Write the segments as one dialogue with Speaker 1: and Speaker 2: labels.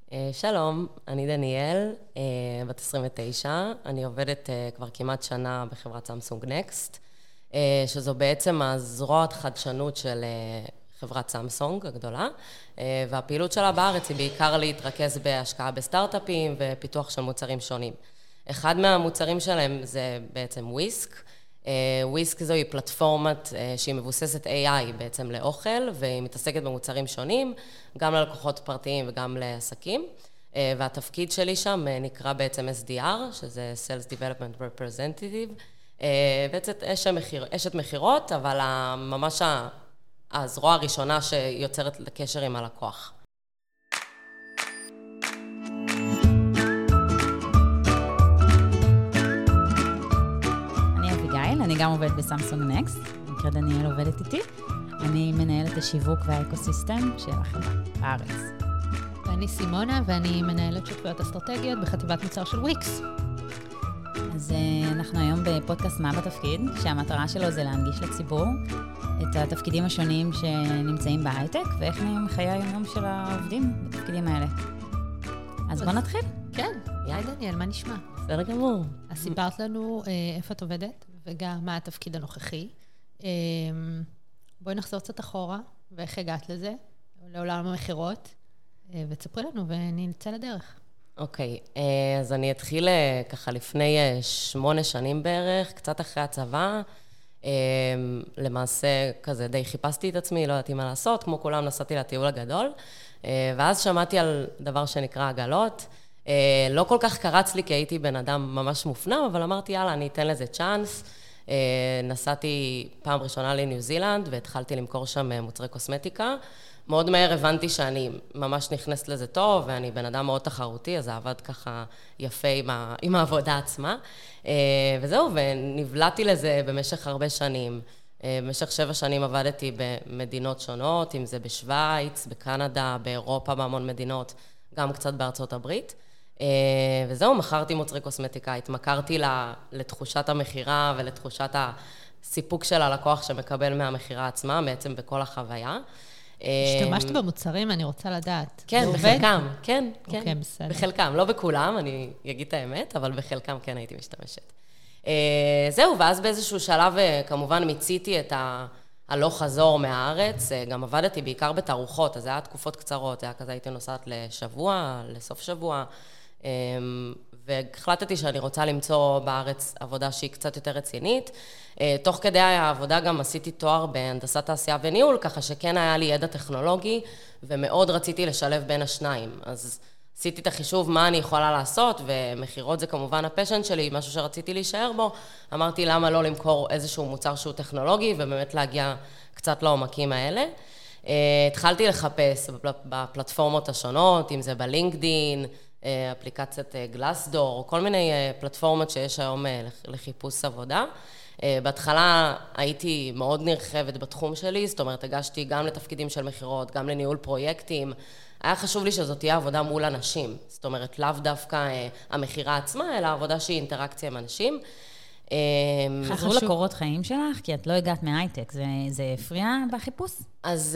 Speaker 1: שלום, אני דניאל, בת 29, אני עובדת כבר כמעט שנה בחברת סמסונג נקסט, שזו בעצם הזרוע חדשנות של חברת סמסונג הגדולה, והפעילות שלה בארץ היא בעיקר להתרכז בהשקעה בסטארט-אפים ופיתוח של מוצרים שונים. אחד מהמוצרים שלהם זה בעצם וויסק. וויסק זוהי פלטפורמת שהיא מבוססת AI בעצם לאוכל, והיא מתעסקת במוצרים שונים, גם ללקוחות פרטיים וגם לעסקים. והתפקיד שלי שם נקרא בעצם SDR, שזה Sales Development Representative. בעצם אשת מחירות, אבל ממש הזרוע הראשונה שיוצרת לקשר עם הלקוח.
Speaker 2: אני גם עובדת בסמסונג נקסט, במקרה דניאל עובדת איתי. אני מנהלת השיווק והאקוסיסטם של החברה בארץ.
Speaker 3: ואני סימונה, ואני מנהלת שותפויות אסטרטגיות בחטיבת מוצר של וויקס.
Speaker 2: אז אנחנו היום בפודקאסט מה בתפקיד, שהמטרה שלו זה להנגיש לציבור את התפקידים השונים שנמצאים בהייטק, ואיך נראים חיי היום של העובדים בתפקידים האלה. אז בוא נתחיל.
Speaker 3: כן, היי דניאל, מה נשמע?
Speaker 1: בסדר גמור.
Speaker 3: אז סיפרת לנו איפה את עובדת, וגם מה התפקיד הנוכחי. בואי נחזור קצת אחורה, ואיך הגעת לזה, לעולם המחירות, ותספרי לנו ונצא לדרך.
Speaker 1: אוקיי, אז אני אתחיל ככה לפני 8 שנים בערך, קצת אחרי הצבא. למעשה כזה די חיפשתי את עצמי, לא ידעתי מה לעשות, כמו כולם נסעתי לטיול הגדול, ואז שמעתי על דבר שנקרא עגלות. לא כל כך קרץ לי כי הייתי בן אדם ממש מופנם, אבל אמרתי יאללה, אני אתן לזה צ'אנס. נסעתי פעם ראשונה לניו זילנד והתחלתי למכור שם מוצרי קוסמטיקה. מאוד מהר הבנתי שאני ממש נכנסת לזה טוב, ואני בן אדם מאוד תחרותי, אז זה עבד ככה יפה עם העבודה עצמה. וזהו, ונבלעתי לזה במשך הרבה שנים. במשך 7 שנים עבדתי במדינות שונות, אם זה בשוויץ, בקנדה, באירופה, בהמון מדינות, גם קצת בארצות הברית. וזהו, מכרתי מוצרי קוסמטיקה, התמכרתי לתחושת המחירה ולתחושת הסיפוק של הלקוח שמקבל מהמחירה עצמה, בעצם בכל החוויה.
Speaker 3: השתמשת במוצרים, אני רוצה לדעת.
Speaker 1: כן, בחלקם, כן, כן.
Speaker 3: אוקיי, בסדר.
Speaker 1: בחלקם, לא בכולם, אני אגיד את האמת, אבל בחלקם כן הייתי משתמשת. זהו, ואז באיזשהו שלב כמובן מיציתי את הלוך חזור מהארץ, גם עבדתי בעיקר בתערוכות, אז זה היה תקופות קצרות, זה היה כזה, הייתי נוסעת לשבוע, לסוף שבוע, והחלטתי שאני רוצה למצוא בארץ עבודה שהיא קצת יותר רצינית. תוך כדי העבודה גם עשיתי תואר בהנדסת תעשייה וניהול, ככה שכן היה לי ידע טכנולוגי, ומאוד רציתי לשלב בין השניים. אז עשיתי את החישוב מה אני יכולה לעשות, ומחירות זה כמובן הפשן שלי, משהו שרציתי להישאר בו. אמרתי למה לא למכור איזשהו מוצר שהוא טכנולוגי, ובאמת להגיע קצת לעומקים האלה. התחלתי לחפש בפלטפורמות השונות, אם זה בלינקדין, אפליקציית גלאסדור, כל מיני פלטפורמות שיש היום לחיפוש עבודה. בהתחלה הייתי מאוד נרחבת בתחום שלי, זאת אומרת, הגשתי גם לתפקידים של מחירות, גם לניהול פרויקטים. היה חשוב לי שזאת תהיה עבודה מול אנשים, זאת אומרת, לאו דווקא המחירה עצמה, אלא עבודה שהיא אינטראקציה עם אנשים.
Speaker 2: חזרו לקורות חיים שלך, כי את לא הגעת מהייטק, זה הפריע בחיפוש?
Speaker 1: אז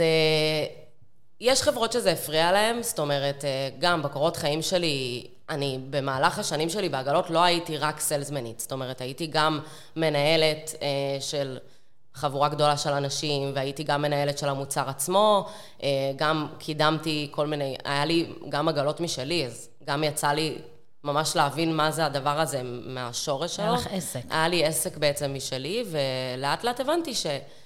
Speaker 1: יש חברות שזה הפריע להם, זאת אומרת, גם בקורות חיים שלי, אני במהלך השנים שלי בעגלות לא הייתי רק סלזמנית, זאת אומרת, הייתי גם מנהלת של חבורה גדולה של אנשים, והייתי גם מנהלת של המוצר עצמו, גם קידמתי כל מיני, היה לי גם עגלות משלי, אז גם יצא לי ממש להבין מה זה הדבר הזה מהשורש שלו.
Speaker 2: היה לך עסק.
Speaker 1: היה לי עסק בעצם משלי, ולאט לאט הבנתי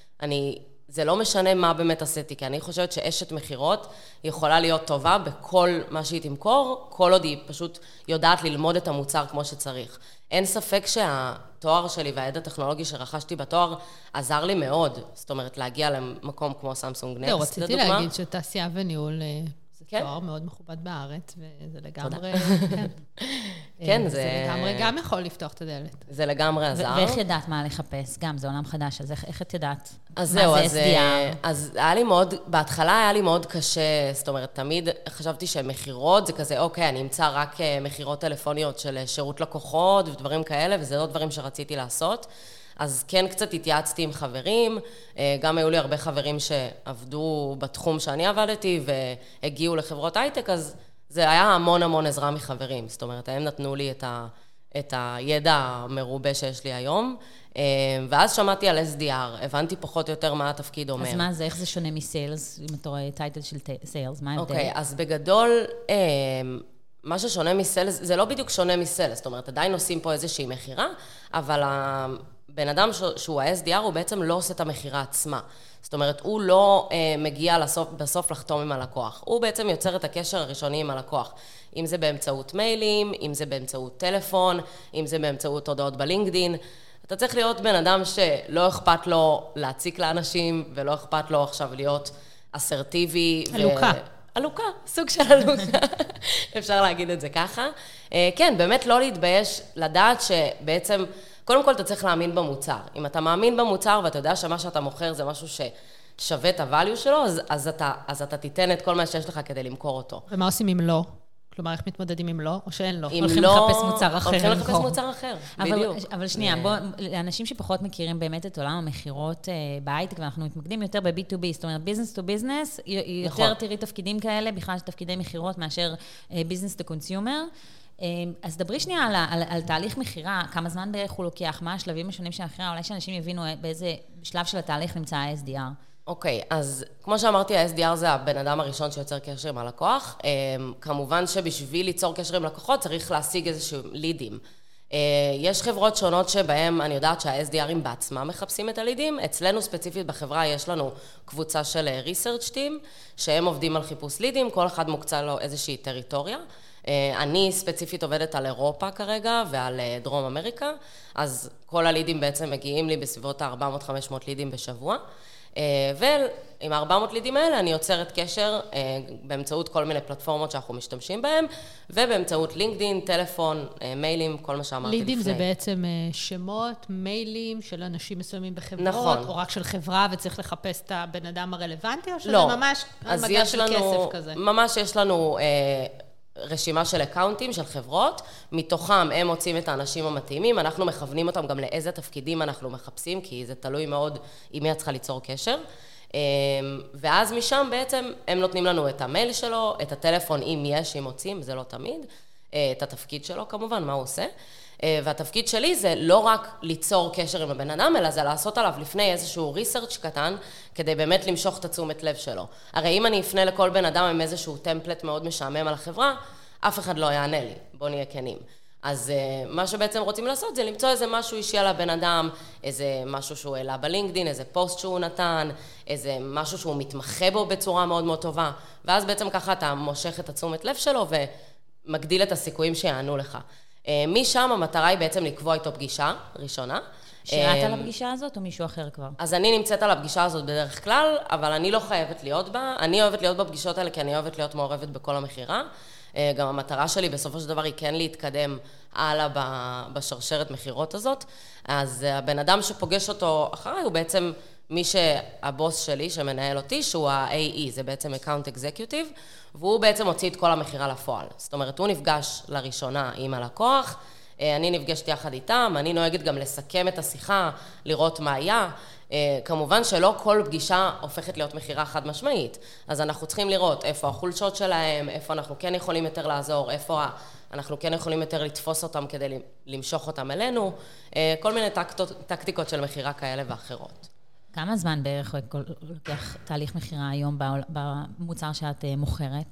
Speaker 1: זה לא משנה מה באמת עשיתי, כי אני חושבת שאשת מחירות יכולה להיות טובה בכל מה שהיא תמכור, כל עוד היא פשוט יודעת ללמוד את המוצר כמו שצריך. אין ספק שהתואר שלי והידע הטכנולוגי שרכשתי בתואר עזר לי מאוד, זאת אומרת להגיע למקום כמו סמסונג נקסט.
Speaker 3: לא, רציתי להגיד שתעשייה וניהול
Speaker 1: כן?
Speaker 3: תואר מאוד מכובד בארץ, וזה לגמרי, כן.
Speaker 1: כן,
Speaker 3: זה לגמרי גם יכול לפתוח את הדלת.
Speaker 1: זה לגמרי עזר.
Speaker 2: ואיך ידעת מה לחפש? גם, זה עולם חדש, אז איך את ידעת?
Speaker 1: אז זהו,
Speaker 2: מה זה SDR?
Speaker 1: אז היה לי מאוד, בהתחלה היה לי מאוד קשה, זאת אומרת, תמיד חשבתי שמחירות זה כזה, אוקיי, אני אמצא רק מחירות טלפוניות של שירות לקוחות ודברים כאלה, וזה לא דברים שרציתי לעשות. אז כן קצת התייעצתי עם חברים, גם היו לי הרבה חברים שעבדו בתחום שאני עבדתי והגיעו לחברות הייטק, אז זה היה המון עזרה מחברים, זאת אומרת, הם נתנו לי את הידע המרובה שיש לי היום, ואז שמעתי על SDR, הבנתי פחות או יותר מה התפקיד אומר.
Speaker 2: אז מה זה, איך זה שונה מסיילס, אם אתה רואה טייטל של סיילס, מה ההבדל?
Speaker 1: אוקיי, אז בגדול, מה ששונה מסיילס, זה לא בדיוק שונה מסיילס, זאת אומרת, עדיין עושים פה איזושהי מחירה, אבל הבן אדם שהוא ה-SDR, הוא בעצם לא עושה את המחירה עצמה. זאת אומרת, הוא לא מגיע בסוף לחתום עם הלקוח. הוא בעצם יוצר את הקשר הראשוני עם הלקוח. אם זה באמצעות מיילים, אם זה באמצעות טלפון, אם זה באמצעות הודעות בלינקדין. אתה צריך להיות בן אדם שלא אכפת לו להציק לאנשים, ולא אכפת לו עכשיו להיות אסרטיבי.
Speaker 3: אלוקה.
Speaker 1: אלוקה, סוג של אלוקה. אפשר להגיד את זה ככה. כן, באמת לא להתבייש, לדעת שבעצם, קודם כל אתה צריך להאמין במוצר. אם אתה מאמין במוצר ואתה יודע שמה שאתה מוכר זה משהו ששווה את הvalue שלו, אז אתה תיתן את כל מה שיש לך כדי למכור אותו.
Speaker 3: ומה עושים אם לא? כלומר, איך מתמודדים אם לא, או שאין לו?
Speaker 2: הולכים לחפש מוצר אחר.
Speaker 1: הולכים לחפש מוצר אחר, בדיוק.
Speaker 2: אבל שנייה, לאנשים שפחות מכירים באמת את עולם המחירות בהייטק, ואנחנו מתמקדים יותר ב-B2B, זאת אומרת, business to business, יותר תראי תפקידים כאלה, בכלל תפקידי מחירות מאשר business to consumer. אז דברי שנייה על תהליך מחירה, כמה זמן בערך הוא לוקח, מה השלבים השונים של המחירה, אולי שאנשים יבינו באיזה שלב של התהליך נמצא ה-SDR.
Speaker 1: אוקיי, אז כמו שאמרתי, ה-SDR זה הבן אדם הראשון שיוצר קשר עם הלקוח. כמובן שבשביל ליצור קשר עם לקוחות צריך להשיג איזשהו לידים. יש חברות שונות שבהן אני יודעת שה-SDRים בעצמם מחפשים את הלידים. אצלנו ספציפית בחברה יש לנו קבוצה של research team, שהם עובדים על חיפוש לידים, כל אחד מוקצה לו איזושהי טריטוריה. אני ספציפית עובדת על אירופה כרגע ועל דרום אמריקה, אז כל הלידים בעצם מגיעים לי בסביבות ה-400-500 לידים בשבוע. ועם 400 לידים האלה אני יוצרת קשר באמצעות כל מיני פלטפורמות שאנחנו משתמשים בהן, ובאמצעות לינקדין, טלפון, מיילים, כל מה שאמרתי לפני.
Speaker 3: לידים זה בעצם שמות, מיילים של אנשים מסוימים בחברות,
Speaker 1: נכון.
Speaker 3: או רק של חברה וצריך לחפש את הבן אדם הרלוונטי, או שזה
Speaker 1: לא.
Speaker 3: ממש מגע של כסף כזה?
Speaker 1: ממש יש לנו רשימה של אקאונטים, של חברות, מתוכם הם מוצאים את האנשים המתאימים, אנחנו מכוונים אותם גם לאיזה תפקידים אנחנו מחפשים, כי זה תלוי מאוד עם מי את צריכה ליצור קשר, ואז משם בעצם הם נותנים לנו את המייל שלו, את הטלפון אם יש, אם מוצאים, זה לא תמיד, את התפקיד שלו כמובן, מה הוא עושה, והתפקיד שלי זה לא רק ליצור קשר עם הבן אדם, אלא זה לעשות עליו לפני איזשהו ריסרצ' קטן, כדי באמת למשוך את התשומת לב שלו. הרי אם אני אפנה לכל בן אדם עם איזשהו טמפלט מאוד משעמם על החברה, אף אחד לא יענה לי, בוא נהיה כנים. אז מה שבעצם רוצים לעשות זה למצוא איזה משהו אישי על הבן אדם, איזה משהו שהוא העלה בלינקדין, איזה פוסט שהוא נתן, איזה משהו שהוא מתמחה בו בצורה מאוד מאוד טובה, ואז בעצם ככה אתה מושך את התשומת לב שלו ומגדיל את הסיכויים שיענו לך. משם המטרה היא בעצם לקבוע איתו פגישה ראשונה.
Speaker 2: שאת על הפגישה הזאת או מישהו אחר כבר?
Speaker 1: אז אני נמצאת על הפגישה הזאת בדרך כלל, אבל אני לא חייבת להיות בה. אני אוהבת להיות בפגישות האלה כי אני אוהבת להיות מעורבת בכל המחירה. גם המטרה שלי בסופו של דבר היא כן להתקדם הלאה בשרשרת מחירות הזאת. אז הבן אדם שפוגש אותו אחריי הוא בעצם מי שהבוס שלי שמנהל אותי, שהוא ה-AE, זה בעצם Account Executive, והוא בעצם הוציא את כל המחירה לפועל. זאת אומרת, הוא נפגש לראשונה עם הלקוח, אני נפגשת יחד איתם, אני נוהגת גם לסכם את השיחה, לראות מה היה. כמובן שלא כל פגישה הופכת להיות מחירה חד משמעית, אז אנחנו צריכים לראות איפה החולשות שלהם, איפה אנחנו כן יכולים יותר לעזור, איפה אנחנו כן יכולים יותר לתפוס אותם כדי למשוך אותם אלינו, כל מיני טקטיקות של מחירה כאלה ואחרות.
Speaker 2: כמה זמן בערך לוקח תהליך מחירה היום במוצר שאת מוכרת?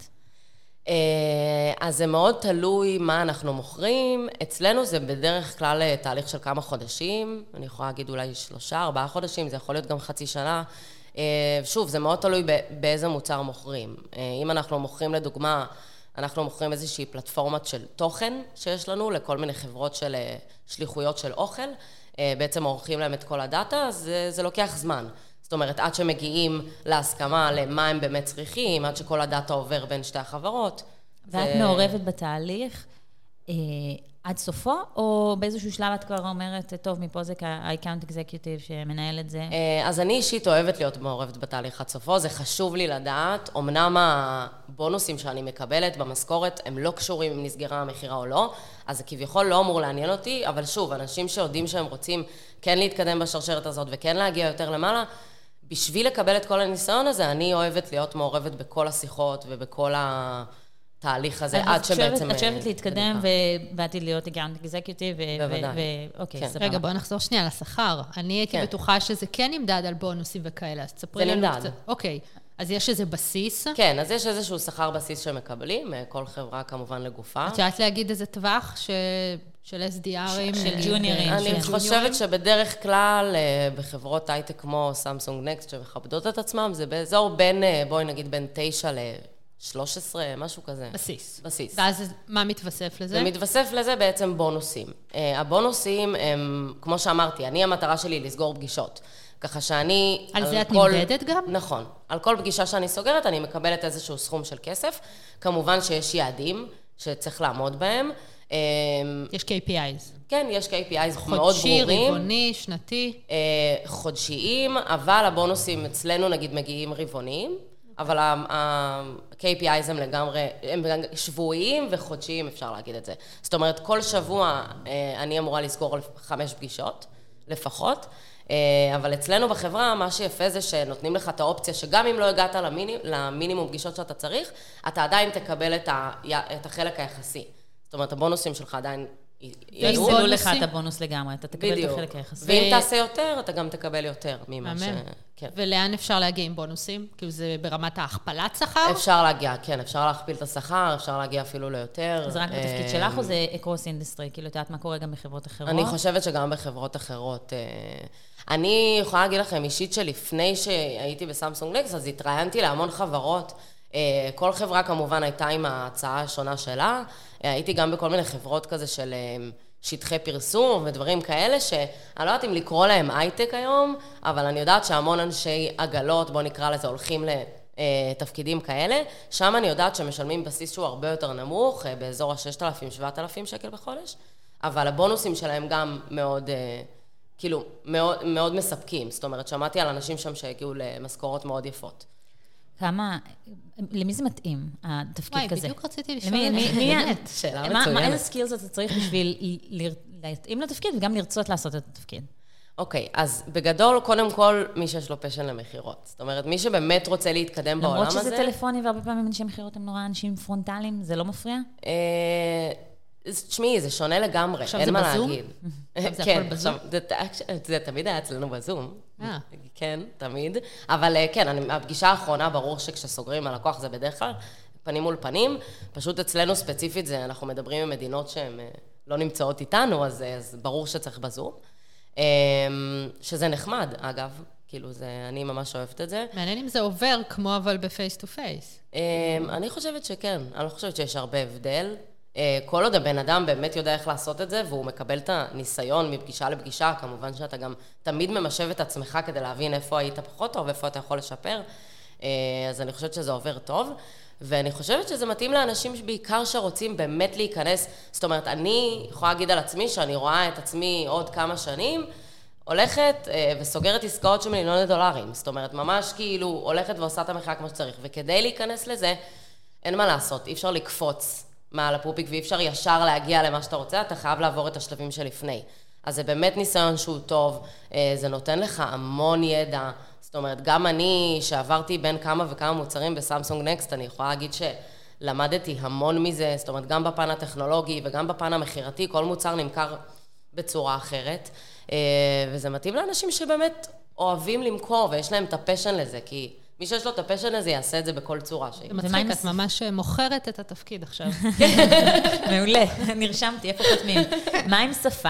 Speaker 1: אז זה מאוד תלוי מה אנחנו מוכרים. אצלנו זה בדרך כלל תהליך של כמה חודשים, אני יכולה להגיד אולי 3-4 חודשים, זה יכול להיות גם חצי שנה. שוב, זה מאוד תלוי באיזה מוצר מוכרים. אם אנחנו מוכרים לדוגמה, אנחנו מוכרים איזושהי פלטפורמת של תוכן שיש לנו לכל מיני חברות של שליחויות של אוכל, בעצם עורכים להם את כל הדאטה, אז זה לוקח זמן. זאת אומרת, עד שמגיעים להסכמה למה הם באמת צריכים, עד שכל הדאטה עובר בין שתי החברות.
Speaker 2: ואת מעורבת בתהליך עד סופו, או באיזשהו שלב את כבר אומרת, טוב, מפה זה כ-Account Executive שמנהל את זה?
Speaker 1: אז אני אישית אוהבת להיות מעורבת בתהליך עד סופו, זה חשוב לי לדעת, אמנם הבונוסים שאני מקבלת במשכורת, הם לא קשורים אם נסגרה המחירה או לא, אז זה כביכול לא אמור לעניין אותי, אבל שוב, אנשים שיודעים שהם רוצים כן להתקדם בשרשרת הזאת וכן להגיע יותר למעלה, בשביל לקבל את כל הניסיון הזה, אני אוהבת להיות מעורבת בכל השיחות ובכל התהליך הזה, עד שבעצם...
Speaker 2: את שואבת להתקדם, ובאתי להיות אקאונט אקזקיוטיב, אוקיי, סבבה.
Speaker 3: רגע, בואו נחזור שנייה לשכר. אני הייתי בטוחה שזה כן נמדד על בונוסים וכאלה, אז תספרי לנו קצת. אוקיי, אז יש איזה בסיס?
Speaker 1: כן, אז יש איזשהו שכר בסיס שמקבלים, כל חברה כמובן לגופה.
Speaker 3: את יודעת להגיד איזה טווח של SDRים?
Speaker 2: של ג'וניורים.
Speaker 1: אני חושבת שבדרך כלל, בחברות הייטק כמו סמסונג נקסט, שמכבדות את עצמם, זה באזור בין, בואי נגיד, בין 9 ל-13, משהו כזה.
Speaker 3: בסיס.
Speaker 1: בסיס.
Speaker 3: ואז מה מתווסף לזה?
Speaker 1: ומתווסף לזה בעצם בונוסים. הבונוסים הם, כמו שאמרתי, המטרה שלי לסגור פגישות. ככה שאני...
Speaker 3: על זה את נמדדת גם?
Speaker 1: נכון. על כל פגישה שאני סוגרת, אני מקבלת איזשהו סכום של כסף. כמובן שיש יעדים שצריך לעמוד בהם.
Speaker 3: יש KPIs.
Speaker 1: כן, יש KPIs מאוד ברורים.
Speaker 3: חודשי, רבעוני, שנתי.
Speaker 1: חודשיים, אבל הבונוסים אצלנו נגיד מגיעים רבעוניים, אבל ה-KPIs הם לגמרי, הם שבועיים וחודשיים, אפשר להגיד את זה. זאת אומרת, כל שבוע אני אמורה לסגור 5 פגישות, לפחות. אבל אצלנו בחברה, מה שיפה זה שנותנים לך את האופציה שגם אם לא הגעת למינימום פגישות שאתה צריך, אתה עדיין תקבל את החלק היחסי. זאת אומרת, הבונוסים שלך עדיין
Speaker 2: יגזלו לך את הבונוס לגמרי, אתה תקבל את החלק היחסי.
Speaker 1: ואם תעשה יותר, אתה גם תקבל יותר ממה ש...
Speaker 3: ולאן אפשר להגיע עם בונוסים? כאילו זה ברמת ההכפלת שכר?
Speaker 1: אפשר להגיע, כן, אפשר להכפיל את השכר, אפשר להגיע אפילו ליותר.
Speaker 2: זה רק בתפקיד שלך או זה אקרוס אינדסטרי? כאילו, את יודעת מה קורה גם בחברות אחרות?
Speaker 1: אני חושבת שגם בחברות אחרות. אני יכולה להגיד לכם אישית שלפני שהייתי בסמסונג נקסט, אז התראיינתי להמון חברות. כל חברה כמובן הייתה עם ההצעה השונה שלה. הייתי גם בכל מיני חברות כזה של שטחי פרסום ודברים כאלה, שאני לא יודעת אם לקרוא להם הייטק היום, אבל אני יודעת שהמון אנשי עגלות, בוא נקרא לזה, הולכים לתפקידים כאלה. שם אני יודעת שמשלמים בסיס שהוא הרבה יותר נמוך, באזור ה-6,000-7,000 שקל בחודש, אבל הבונוסים שלהם גם מאוד, כאילו, מאוד מספקים. זאת אומרת, שמעתי על אנשים שם שהגיעו למשכורות מאוד יפות.
Speaker 2: כמה, למי זה מתאים, התפקיד כזה?
Speaker 3: בדיוק רציתי לשאול את זה.
Speaker 1: שאלה מצוינת.
Speaker 2: איזה סקילס אתה צריך בשביל להתאים לתפקיד וגם לרצות לעשות את התפקיד?
Speaker 1: אוקיי, אז בגדול, קודם כל, מי שיש לו פשן למחירות. זאת אומרת, מי שבאמת רוצה להתקדם בעולם הזה...
Speaker 2: למרות שזה טלפוני, והרבה פעמים אנשי מחירות הם נורא אנשים פרונטליים, זה לא מפריע?
Speaker 1: תשמעי, זה שונה לגמרי,
Speaker 3: עכשיו
Speaker 1: אין
Speaker 3: זה
Speaker 1: מה
Speaker 3: בזום?
Speaker 1: להגיד.
Speaker 3: עכשיו זה הכל בזום?
Speaker 1: זה תמיד היה אצלנו בזום. כן, תמיד. אבל כן, הפגישה האחרונה, ברור שכשסוגרים הלקוח זה בדרך כלל פנים מול פנים. פשוט אצלנו ספציפית זה, אנחנו מדברים עם מדינות שהן לא נמצאות איתנו, אז ברור שצריך בזום. שזה נחמד, אגב. כאילו, אני ממש אוהבת את זה.
Speaker 3: מעניין אם זה עובר כמו אבל בפייס טו פייס.
Speaker 1: אני חושבת שכן. אני לא חושבת שיש הרבה הבדל. כל עוד הבן אדם באמת יודע איך לעשות את זה, והוא מקבל את הניסיון מפגישה לפגישה, כמובן שאתה גם תמיד ממשב את עצמך כדי להבין איפה היית פחות טוב, איפה אתה יכול לשפר. אז אני חושבת שזה עובר טוב, ואני חושבת שזה מתאים לאנשים בעיקר שרוצים באמת להיכנס. זאת אומרת, אני יכולה להגיד על עצמי שאני רואה את עצמי עוד כמה שנים, הולכת וסוגרת עסקאות של $1,000,000. זאת אומרת, ממש כאילו הולכת ועושה את המחאה כמו שצריך. וכדי להיכנס לזה, אין מה לעשות, אי אפשר לקפוץ מעל הפופיק, ואי אפשר ישר להגיע למה שאתה רוצה, אתה חייב לעבור את השלבים שלפני. אז זה באמת ניסיון שהוא טוב, זה נותן לך המון ידע. זאת אומרת, גם אני, שעברתי בין כמה וכמה מוצרים בסמסונג נקסט, אני יכולה להגיד שלמדתי המון מזה, זאת אומרת, גם בפן הטכנולוגי וגם בפן המחירתי, כל מוצר נמכר בצורה אחרת, וזה מתאים לאנשים שבאמת אוהבים למכור, ויש להם את הפשן לזה, כי מי שיש לו את הפשן הזה יעשה את זה בכל צורה שהיא.
Speaker 3: זה מצחיק, את ממש מוכרת את התפקיד עכשיו.
Speaker 2: מעולה, נרשמתי, איפה חותמים? מה עם שפה?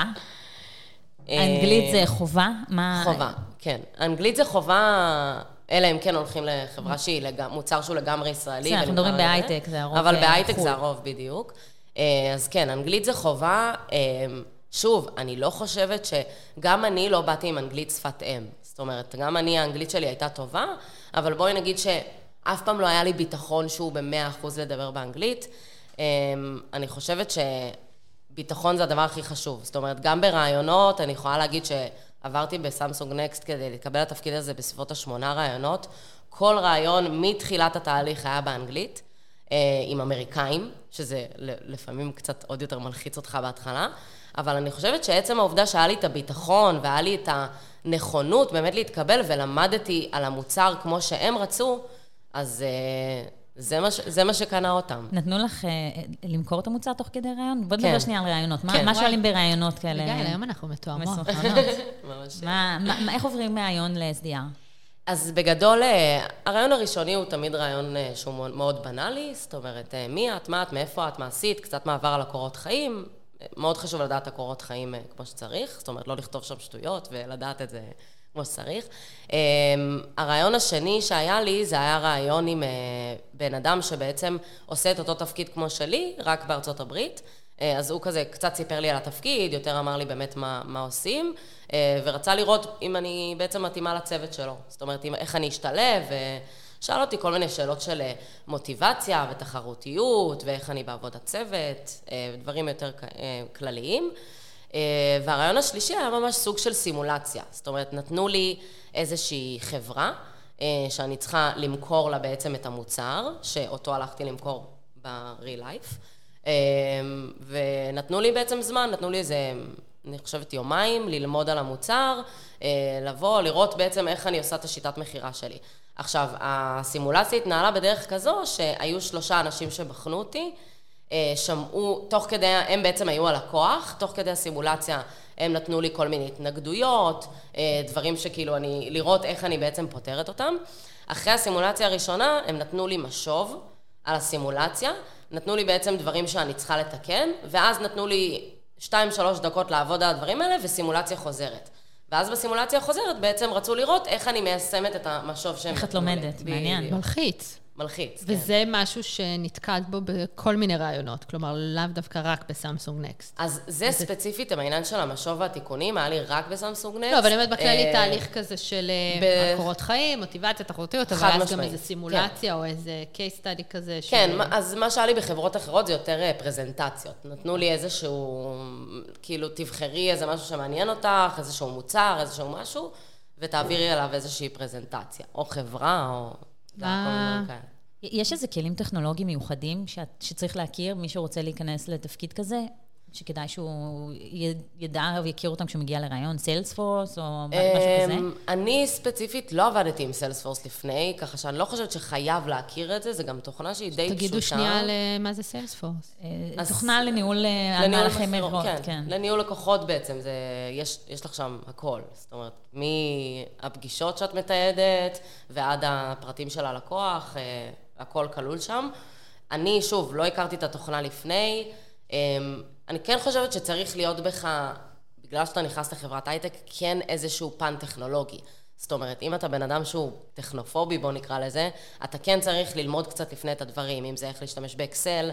Speaker 2: אנגלית זה חובה?
Speaker 1: חובה, כן. אנגלית זה חובה, אלא אם כן הולכים לחברה שהיא מוצר שהוא לגמרי ישראלי.
Speaker 2: אנחנו מדברים בהייטק, זה הרוב.
Speaker 1: אבל בהייטק זה הרוב בדיוק. אז כן, אנגלית זה חובה. שוב, אני לא חושבת שגם אני לא באתי עם אנגלית שפת אם. זאת אומרת, גם אני, האנגלית שלי הייתה טובה, אבל בואי נגיד שאף פעם לא היה לי ביטחון שהוא ב100% לדבר באנגלית. אני חושבת שביטחון זה הדבר הכי חשוב. זאת אומרת, גם ברעיונות, אני יכולה להגיד שעברתי בסמסונג נקסט כדי לקבל את התפקיד הזה בסביבות 8 רעיונות. כל רעיון מתחילת התהליך היה באנגלית, עם אמריקאים, שזה לפעמים קצת עוד יותר מלחיץ אותך בהתחלה, אבל אני חושבת שעצם העובדה שהיה לי את הביטחון והיה לי את הנכונות באמת להתקבל ולמדתי על המוצר כמו שהם רצו, אז זה מה שקנה אותם.
Speaker 2: נתנו לך למכור את המוצר תוך כדי רעיון? בוא נדבר שנייה על רעיונות. מה שואלים ברעיונות כאלה?
Speaker 3: רגע, היום אנחנו מתואמות.
Speaker 2: איך עוברים רעיון ל-SDR?
Speaker 1: אז בגדול, הרעיון הראשוני הוא תמיד רעיון שהוא מאוד בנאלי, זאת אומרת, מי את, מה את, מאיפה את, מה עשית, קצת מעבר על הקורות חיים, מאוד חשוב לדעת הקורות חיים כמו שצריך, זאת אומרת, לא לכתוב שם שטויות ולדעת את זה כמו שצריך. הרעיון השני שהיה לי, זה היה רעיון עם בן אדם שבעצם עושה את אותו תפקיד כמו שלי, רק בארצות הברית, אז הוא כזה קצת סיפר לי על התפקיד, יותר אמר לי באמת מה עושים, ורצה לראות אם אני בעצם מתאימה לצוות שלו. זאת אומרת, איך אני אשתלב, ושאל אותי כל מיני שאלות של מוטיבציה ותחרותיות, ואיך אני בעבודת צוות, דברים יותר כלליים. והרעיון השלישי היה ממש סוג של סימולציה. זאת אומרת, נתנו לי איזושהי חברה, שאני צריכה למכור לה בעצם את המוצר, שאותו הלכתי למכור ב-real life. ונתנו לי בעצם זמן, נתנו לי איזה, אני חושבת יומיים, ללמוד על המוצר, לבוא, לראות בעצם איך אני עושה את השיטת מחירה שלי. עכשיו, הסימולציה התנהלה בדרך כזו שהיו 3 אנשים שבחנו אותי, שמעו, תוך כדי, הם בעצם היו הלקוח, תוך כדי הסימולציה הם נתנו לי כל מיני התנגדויות, דברים שכאילו לראות איך אני בעצם פותרת אותם. אחרי הסימולציה הראשונה, הם נתנו לי משוב על הסימולציה, נתנו לי בעצם דברים שאני צריכה לתקן, ואז נתנו לי 2-3 דקות לעבוד על הדברים האלה, וסימולציה חוזרת. ואז בסימולציה החוזרת בעצם רצו לראות איך אני מיישמת את המשוב שהם...
Speaker 2: איך את לומדת, מעניין.
Speaker 3: מלחיץ.
Speaker 1: מלחיץ, כן.
Speaker 3: וזה משהו שנתקלת בו בכל מיני רעיונות, כלומר, לאו דווקא רק בסמסונג נקסט.
Speaker 1: אז זה ספציפית, העניין של המשוב והתיקונים, היה לי רק בסמסונג נקסט.
Speaker 3: לא, אבל אני אומרת בכללי תהליך כזה של קורות חיים, מוטיבציה, תחרותיות, אבל אז גם איזו סימולציה או איזה case study כזה.
Speaker 1: כן, אז מה שהיה לי בחברות אחרות זה יותר פרזנטציות. נתנו לי איזשהו, כאילו, תבחרי איזה משהו שמעניין אותך, איזשהו מוצר, איזשהו משהו, ותעבירי עליו איזושהי פרזנטציה, או חברה, או...
Speaker 2: יש איזה כלים טכנולוגיים מיוחדים שצריך להכיר, מי שרוצה להיכנס לתפקיד כזה, שכדאי שהוא ידע ויכיר אותם כשהוא מגיע לרעיון, סיילספורס או משהו כזה? אני
Speaker 1: ספציפית לא עבדתי עם סיילספורס לפני, ככה שאני לא חושבת שחייב להכיר את זה, זה גם תוכנה שהיא די פשוטה.
Speaker 3: תגידו שנייה למה זה סיילספורס.
Speaker 2: תוכנה לניהול מהלכי מרות, כן.
Speaker 1: לניהול לקוחות בעצם, יש לך שם הכל. זאת אומרת, מהפגישות שאת מתעדת ועד הפרטים של הלקוח, הכל כלול שם. אני, שוב, לא הכרתי את התוכנה לפני, אני כן חושבת שצריך להיות בך, בגלל שאתה נכנס לחברת הייטק, כן איזשהו פן טכנולוגי. זאת אומרת, אם אתה בן אדם שהוא טכנופובי, בוא נקרא לזה, אתה כן צריך ללמוד קצת לפני את הדברים, אם זה איך להשתמש באקסל,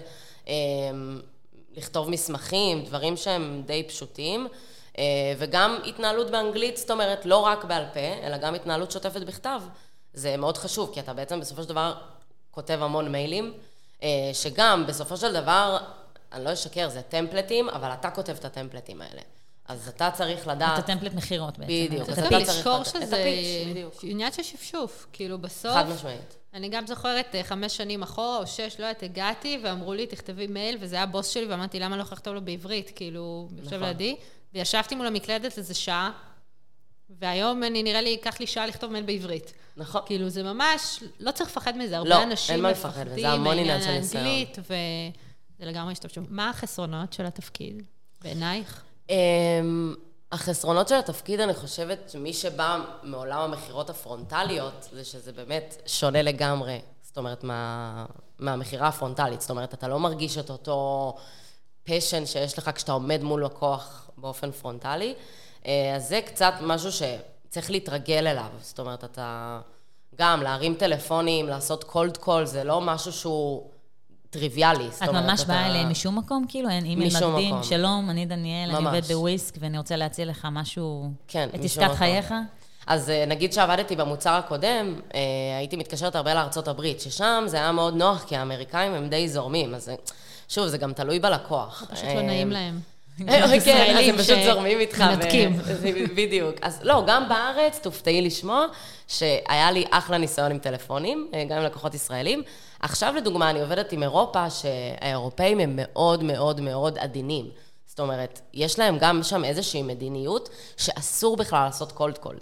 Speaker 1: לכתוב מסמכים, דברים שהם די פשוטים, וגם התנהלות באנגלית, זאת אומרת, לא רק בעל פה, אלא גם התנהלות שוטפת בכתב. זה מאוד חשוב, כי אתה בעצם בסופו של דבר כותב המון מיילים, שגם בסופו של דבר, אני לא אשקר, זה טמפלטים, אבל אתה כותב את הטמפלטים האלה. אז אתה צריך לדעת...
Speaker 2: את הטמפלט מחירות בעצם.
Speaker 1: בדיוק.
Speaker 3: אתה צריך לזכור שזה עניין של שפשוף. כאילו בסוף...
Speaker 1: חד משמעית.
Speaker 3: אני גם זוכרת 5 שנים אחורה או 6, לא יודעת, הגעתי ואמרו לי, תכתבי מייל, וזה היה הבוס שלי, ואמרתי, למה לא לכתוב לו בעברית? כאילו, יושב לידי, וישבתי מול המקלדת איזה שעה, והיום נראה לי, ייקח לי שעה לכתוב מייל בעברית.
Speaker 1: נכון.
Speaker 3: כאילו, זה ממש, לא צריך לפחד מזה. הרבה אנשים מפחדים מעניין האנגלית, זה לגמרי השתמשו. מה החסרונות של התפקיד בעינייך?
Speaker 1: החסרונות של התפקיד, אני חושבת שמי שבא מעולם המחירות הפרונטליות, זה שזה באמת שונה לגמרי, זאת אומרת, מהמחירה הפרונטלית. זאת אומרת, אתה לא מרגיש את אותו פשן שיש לך כשאתה עומד מול לקוח באופן פרונטלי. אז זה קצת משהו שצריך להתרגל אליו. זאת אומרת, אתה גם להרים טלפונים, לעשות קולד קול, זה לא משהו שהוא... טריוויאלי.
Speaker 2: את ממש באה אליהם משום מקום, כאילו, אין אימייל מקדים, שלום, אני דניאל, אני עובד בוויסק, ואני רוצה להציע לך משהו, את עסקת חייך.
Speaker 1: אז נגיד שעבדתי במוצר הקודם, הייתי מתקשרת הרבה לארצות הברית, ששם זה היה מאוד נוח, כי האמריקאים הם די זורמים, אז שוב, זה גם תלוי בלקוח.
Speaker 3: פשוט לא נעים להם.
Speaker 1: כן, אז הם פשוט זורמים איתך. מנתקים. בדיוק. אז לא, גם בארץ, תופתעי לשמוע, שהיה לי אחלה ניסיון עם טלפונים, גם עם לקוחות ישראלים. עכשיו, לדוגמה, אני עובדת עם אירופה, שהאירופאים הם מאוד מאוד מאוד עדינים. זאת אומרת, יש להם גם שם איזושהי מדיניות, שאסור בכלל לעשות קולד קולס.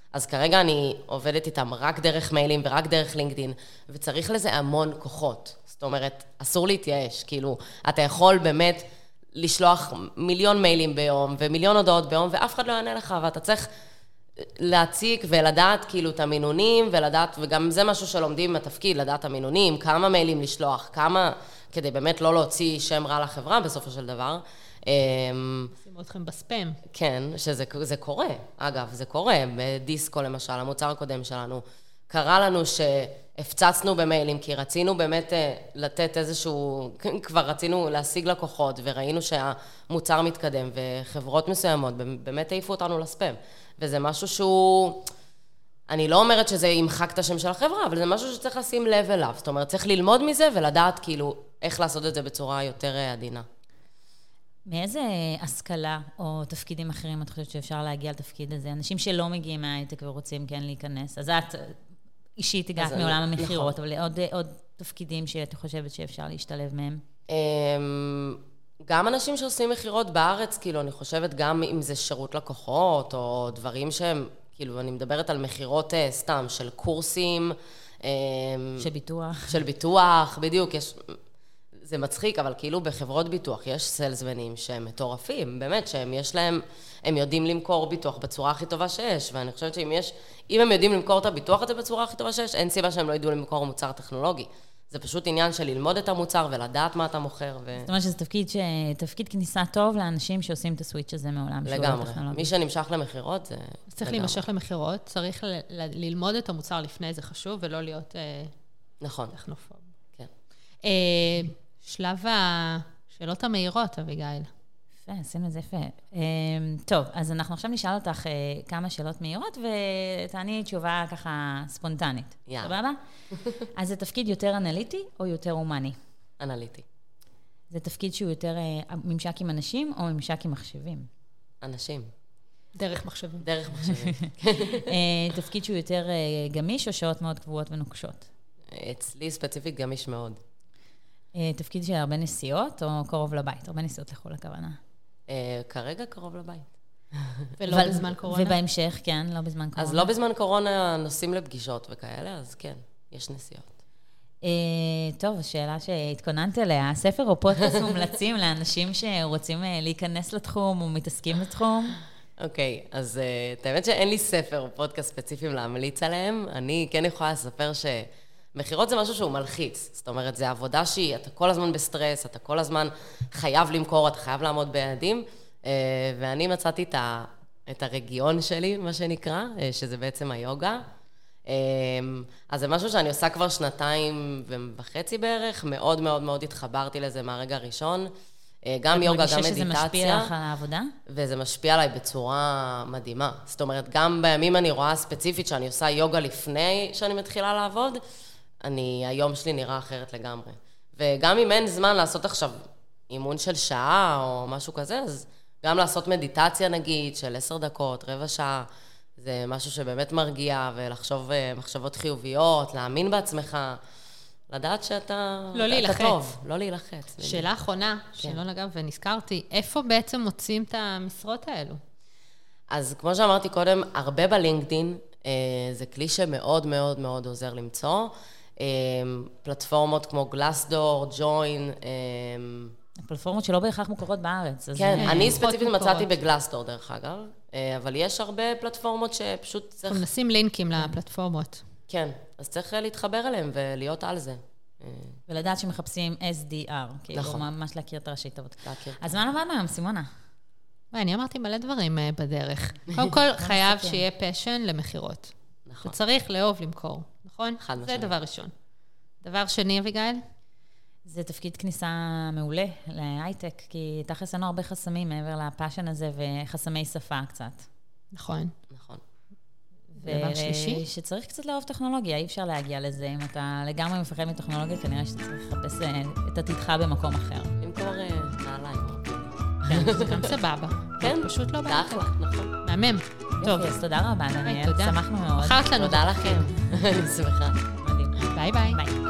Speaker 1: אז כרגע אני עובדת איתם רק דרך מיילים ורק דרך לינקדין, וצריך לזה המון כוחות. זאת אומרת, אסור להתייאש. כאילו, אתה יכול באמת לשלוח 1,000,000 מיילים ביום, ו1,000,000 הודעות ביום, ואף אחד לא יענה לך, ואתה צריך להציג ולדעת כאילו את המינונים, ולדעת, וגם זה משהו שלומדים בתפקיד, לדעת המינונים, כמה מיילים לשלוח, כמה, כדי באמת לא להוציא שם רע לחברה בסופו של דבר.
Speaker 3: שימו אתכם בספאם.
Speaker 1: כן, שזה קורה. אגב, זה קורה. בדיסקו למשל, המוצר הקודם שלנו, קרה לנו שהפצצנו במיילים, כי רצינו באמת לתת איזשהו, כבר רצינו להשיג לקוחות, וראינו שהמוצר מתקדם, וחברות מסוימות באמת העיפו אותנו לספאם. וזה משהו שהוא, אני לא אומרת שזה ימחק את השם של החברה, אבל זה משהו שצריך לשים לב אליו. זאת אומרת, צריך ללמוד מזה ולדעת כאילו איך לעשות את זה בצורה יותר עדינה.
Speaker 2: מאיזה השכלה או תפקידים אחרים את חושבת שאפשר להגיע לתפקיד הזה? אנשים שלא מגיעים מההייטק ורוצים כן להיכנס. אז את אישית הגעת מעולם המחירות, אבל עוד תפקידים שאת חושבת שאפשר להשתלב מהם?
Speaker 1: גם אנשים שעושים מחירות בארץ, כאילו, אני חושבת גם אם זה שירות לקוחות, או דברים שהם, כאילו, אני מדברת על מחירות סתם, של קורסים.
Speaker 2: של ביטוח.
Speaker 1: של ביטוח, בדיוק, יש... זה מצחיק, אבל כאילו בחברות ביטוח יש סלסמנים שהם מטורפים, באמת, שהם יש להם, הם יודעים למכור ביטוח בצורה הכי טובה שיש, ואני חושבת אם הם יודעים למכור את הביטוח הזה בצורה הכי טובה שיש, אין סיבה שהם לא ידעו למכור מוצר טכנולוגי. זה פשוט עניין של ללמוד את המוצר ולדעת מה אתה מוכר.
Speaker 2: זאת אומרת שזה תפקיד כניסה טוב לאנשים שעושים את הסוויץ' הזה מעולם שהוא לא טכנולוגי.
Speaker 1: לגמרי. מי שנמשך למחירות זה...
Speaker 3: צריך להימשך למחירות, צריך ללמוד את המוצר לפני, זה חשוב, ולא להיות טכנופוב.
Speaker 1: כן.
Speaker 3: שלב השאלות המהירות, אביגיל.
Speaker 2: יפה, עשינו את זה יפה. טוב, אז אנחנו עכשיו נשאל אותך כמה שאלות מהירות, ותעני תשובה ככה ספונטנית. סבבה? אז זה תפקיד יותר אנליטי או יותר הומני?
Speaker 1: אנליטי.
Speaker 2: זה תפקיד שהוא יותר ממשק עם אנשים או ממשק עם מחשבים?
Speaker 1: אנשים.
Speaker 3: דרך מחשבים.
Speaker 1: דרך מחשבים.
Speaker 2: תפקיד שהוא יותר גמיש או שעות מאוד קבועות ונוקשות?
Speaker 1: אצלי ספציפית גמיש מאוד.
Speaker 2: תפקיד של הרבה נסיעות או קרוב לבית? הרבה נסיעות לחול הכוונה.
Speaker 1: כרגע קרוב לבית.
Speaker 3: ולא בזמן קורונה?
Speaker 2: ובהמשך, כן, לא בזמן קורונה.
Speaker 1: אז לא בזמן קורונה נוסעים לפגישות וכאלה, אז כן, יש נסיעות.
Speaker 2: טוב, השאלה שהתכוננת אליה, ספר או פודקאסט מומלצים לאנשים שרוצים להיכנס לתחום או מתעסקים בתחום?
Speaker 1: אוקיי, אז האמת שאין לי ספר או פודקאסט ספציפיים להמליץ עליהם. אני כן יכולה לספר מחירות זה משהו שהוא מלחיץ, זאת אומרת, זה עבודה אתה כל הזמן בסטרס, אתה כל הזמן חייב למכור, אתה חייב לעמוד ביעדים, ואני מצאתי את הרגיון שלי, מה שנקרא, שזה בעצם היוגה. אז זה משהו שאני עושה כבר 2.5 בערך, מאוד מאוד מאוד התחברתי לזה מהרגע הראשון, גם יוגה, גם מדיטציה. שזה משפיע לך על העבודה? וזה משפיע עליי בצורה מדהימה. זאת אומרת, גם בימים אני רואה ספציפית שאני עושה יוגה לפני שאני מתחילה לעבוד, היום שלי נראה אחרת לגמרי. וגם אם אין זמן לעשות עכשיו אימון של שעה או משהו כזה, אז גם לעשות מדיטציה נגיד של 10 דקות, רבע שעה, זה משהו שבאמת מרגיע, ולחשוב מחשבות חיוביות, להאמין בעצמך, לדעת שאתה טוב, לא להילחץ.
Speaker 3: שאלה אחרונה, שלא נגע ונזכרתי, איפה בעצם מוצאים את המשרות האלו?
Speaker 1: אז כמו שאמרתי קודם, הרבה בלינקדין, זה כלי שמאוד מאוד מאוד עוזר למצוא, פלטפורמות כמו גלאסדור, ג'וין.
Speaker 2: פלטפורמות שלא בהכרח מוכרות בארץ.
Speaker 1: כן, אני ספציפית מצאתי בגלאסדור דרך אגב, אבל יש הרבה פלטפורמות שפשוט צריך...
Speaker 3: אנחנו נשים לינקים לפלטפורמות.
Speaker 1: כן, אז צריך להתחבר אליהם ולהיות על זה.
Speaker 2: ולדעת שמחפשים SDR, כאילו ממש להכיר את הראשי תוות. אז מה נעבדנו היום, סימונה?
Speaker 3: אני אמרתי מלא דברים בדרך. קודם כל, חייב שיהיה פשן למחירות. נכון. צריך לאהוב למכור, נכון? זה דבר ראשון. דבר שני, אביגיל?
Speaker 2: זה תפקיד כניסה מעולה להייטק, כי תכלס לנו הרבה חסמים מעבר לפשן הזה, וחסמי שפה קצת.
Speaker 3: נכון.
Speaker 1: נכון.
Speaker 3: דבר שלישי?
Speaker 2: שצריך קצת לאהוב טכנולוגיה, אי אפשר להגיע לזה. אם אתה לגמרי מפחד מטכנולוגיה, כנראה שצריך לחפש את עתידך במקום אחר.
Speaker 1: למכור נעליים.
Speaker 3: כן, זה גם סבבה.
Speaker 1: כן,
Speaker 3: פשוט לא
Speaker 1: בעיה. נכון.
Speaker 3: מהמם.
Speaker 2: טוב, אז תודה רבה, דניאל. שמחנו מאוד.
Speaker 3: בחרת לנו.
Speaker 1: תודה לכם. אני שמחה.
Speaker 2: מדהים.
Speaker 3: ביי ביי.
Speaker 2: ביי.